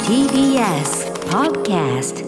TBS Podcast。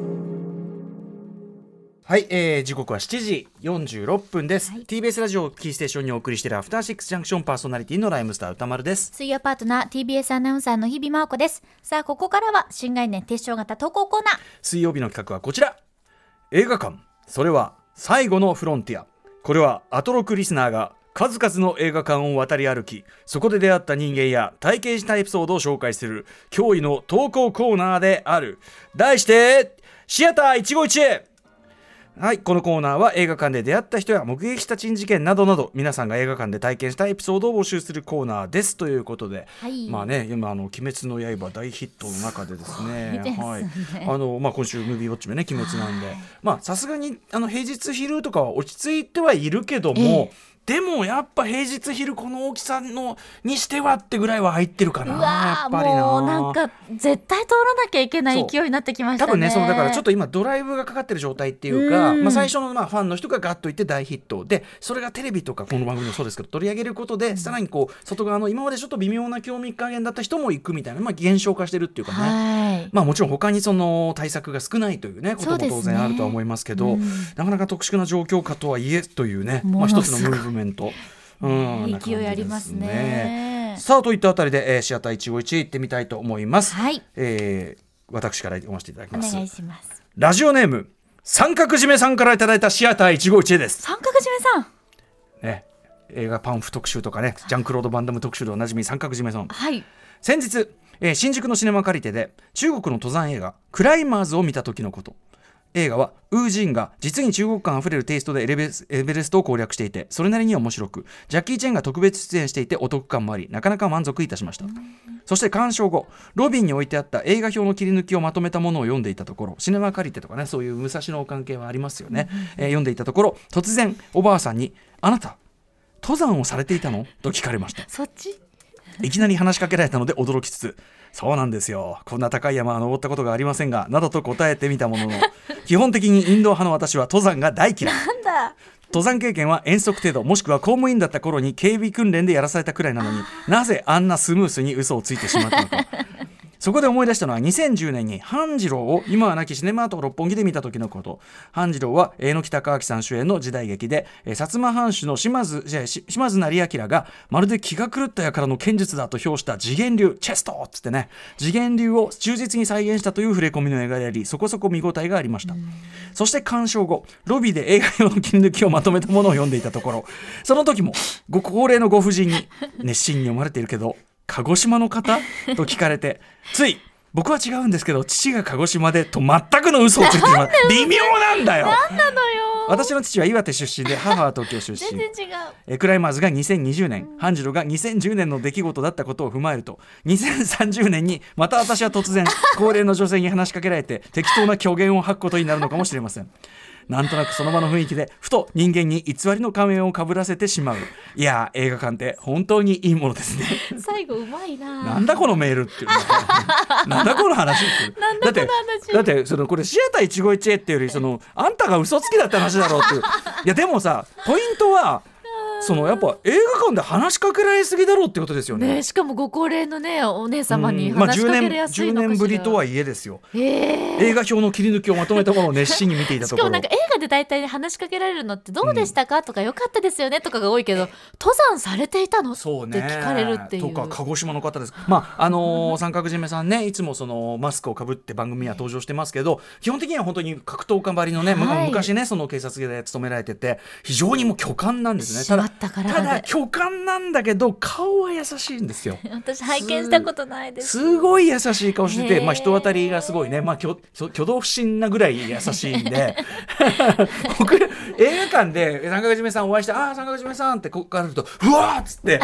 はい、時刻は7時46分です、はい、TBS ラジオキーステーションにお送りしているアフターシックスジャンクション、パーソナリティのライムスター歌丸です。 水曜パートナー TBS アナウンサーの日々真央子です。さあここからは新概念提唱型投稿コーナー。 水曜日の企画はこちら、映画館それは最後のフロンティア。これはアトロクリスナーが数々の映画館を渡り歩き、そこで出会った人間や体験したエピソードを紹介する驚異の投稿コーナーである。題してシアター一期一会。はい、このコーナーは映画館で出会った人や目撃した珍事件などなど、皆さんが映画館で体験したエピソードを募集するコーナーですということで、はい、まあね、今鬼滅の刃大ヒットの中でですね、はい、今週ムービーウォッチもね鬼滅なんで、さすがに平日昼とかは落ち着いてはいるけども、でもやっぱ平日昼この大きさのにしてはってぐらいは入ってるかな。やっぱりな、 もうなんか絶対通らなきゃいけない勢いになってきましたね。 多分ね、だからちょっと今ドライブがかかってる状態っていうか、最初のファンの人がガッといって大ヒットで、それがテレビとかこの番組もそうですけど取り上げることで、さらにこう外側の今までちょっと微妙な興味加減だった人も行くみたいな、減少化してるっていうかね、もちろん他にその対策が少ないというねことも当然あるとは思いますけど、なかなか特殊な状況かとはいえというね、一つのムーブメント、 勢いありますね。 さあといったあたりで、シアター一期一会行ってみたいと思います、 はい。 私から読ませていただきます。 お願いします。 ラジオネーム三角締めさんからいただいたシアター一期一会です。 三角締めさん、 ね、映画パンフ特集とかね、ジャンクロード・バンダム特集でおなじみ三角締めさん、 はい、 先日、新宿のシネマ借りてで中国の登山映画クライマーズを見た時のこと。映画はウージンが実に中国感あふれるテイストでエベレストを攻略していて、それなりに面白く、ジャッキー・チェンが特別出演していてお得感もあり、なかなか満足いたしました。そして鑑賞後、ロビーに置いてあった映画表の切り抜きをまとめたものを読んでいたところ、シネマ借りてとかね、そういう武蔵野関係はありますよね、読んでいたところ、突然おばあさんに、あなた登山をされていたのと聞かれました。 そっちいきなり話しかけられたので驚きつつ、そうなんですよ、こんな高い山は登ったことがありませんが、などと答えてみたものの、基本的にインド派の私は登山が大嫌い。 なんだ、 登山経験は遠足程度、もしくは公務員だった頃に警備訓練でやらされたくらいなのに、なぜあんなスムースに嘘をついてしまったのか。そこで思い出したのは2010年に半次郎を今は亡きシネマート六本木で見た時のこと。半次郎は榎木孝明さん主演の時代劇で、薩摩藩主の島津成明がまるで気が狂った輩の剣術だと評した次元流チェストっつってね、次元流を忠実に再現したという触れ込みの映画であり、そこそこ見応えがありました。そして鑑賞後、ロビーで映画用の切り抜きをまとめたものを読んでいたところ、その時もご高齢のご婦人に熱心に読まれているけど鹿児島の方と聞かれて、つい僕は違うんですけど父が鹿児島でと全くの嘘をついてしまう。微妙なんだよ。 なんなのよ。 私の父は岩手出身で母は東京出身。 全然違う。 クライマーズが2020年、半次郎が2010年の出来事だったことを踏まえると、2030年にまた私は突然高齢の女性に話しかけられて適当な虚言を吐くことになるのかもしれません。なんとなくその場の雰囲気でふと人間に偽りの仮面をかぶらせてしまう。いや映画館って本当にいいものですね。 最後うまいな。 なんだこのメールっていうなんだこの話ってなんだこの話。 だってこれシアター一期一会っていうよりあんたが嘘つきだった話だろうっていう。いやでもさ、ポイントはやっぱ映画館で話しかけられすぎだろうってことですよ ね。 しかもご高齢のねお姉様に話しかけられやすいのかしら。 10年ぶりとはいえですよ、映画表の切り抜きをまとめたものを熱心に見ていたところ、 しかもなんか映画で大体話しかけられるのってどうでしたか、とか良かったですよねとかが多いけど、登山されていたのって聞かれるっていう。 とか鹿児島の方です。三角締めさんね、いつもマスクをかぶって番組には登場してますけど、基本的には本当に格闘家ばりのね、昔ね警察で勤められてて非常にもう巨漢なんですね。ただ巨漢なんだけど顔は優しいんですよ。 私拝見したことないです。 すごい優しい顔してて、人当たりがすごいね、挙動不審なぐらい優しいんで僕映画館で三角締めさんお会いして、三角締めさんってここからるとうわーっつって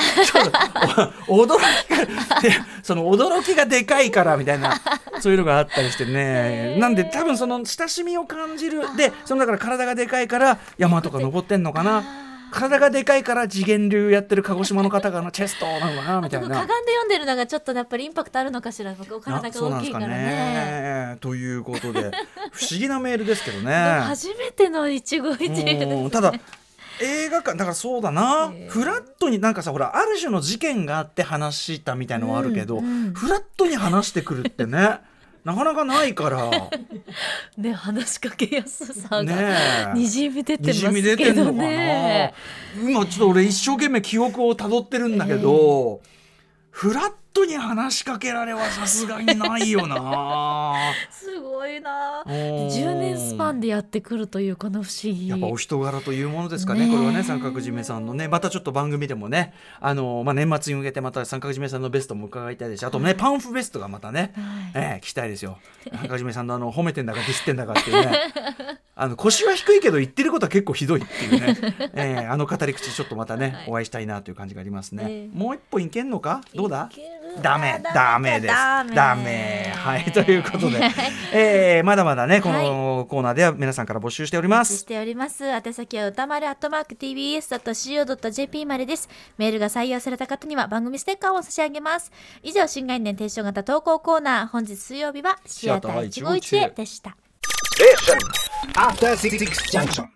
驚きがでかいからみたいなそういうのがあったりしてね。なんで多分親しみを感じるで、だから体がでかいから山とか登ってんのかな、体がでかいから次元流やってる鹿児島の方がチェストなのかなみたいな。 かがんで読んでるのがちょっとやっぱりインパクトあるのかしら。お体が大きいから ねということで不思議なメールですけどね。 初めての一期一会ですね。 ただ映画館だからそうだな、フラットになんかさほらある種の事件があって話したみたいのはあるけど、フラットに話してくるってねなかなかないからね、話しかけやすさねがにじみ出てますにじみ出てけどんのかな、 ね。 今ちょっと俺一生懸命記憶をたどってるんだけど、フラットに話しかけられはさすがにないよなすごいな。 おー 10年スパンでやってくるというこの不思議。 やっぱお人柄というものですかね。これはね三角締めさんのねまたちょっと番組でもね年末に向けてまた三角締めさんのベストも伺いたいですし、あとねパンフベストがまたね、聞きたいですよ。三角締めさんの褒めてんだかディスってんだかっていうね腰は低いけど言ってることは結構ひどいっていうね、語り口ちょっとまたね、お会いしたいなという感じがありますね。もう一本いけんのかどうだ。ダメですダメはいということで、まだまだねこのコーナーでは皆さんから募集しております。 宛先は歌丸@tbs.co.jp までです。メールが採用された方には番組ステッカーを差し上げます。以上、新概念提唱型投稿コーナー、本日水曜日はシアター151でした。 After 66 junction.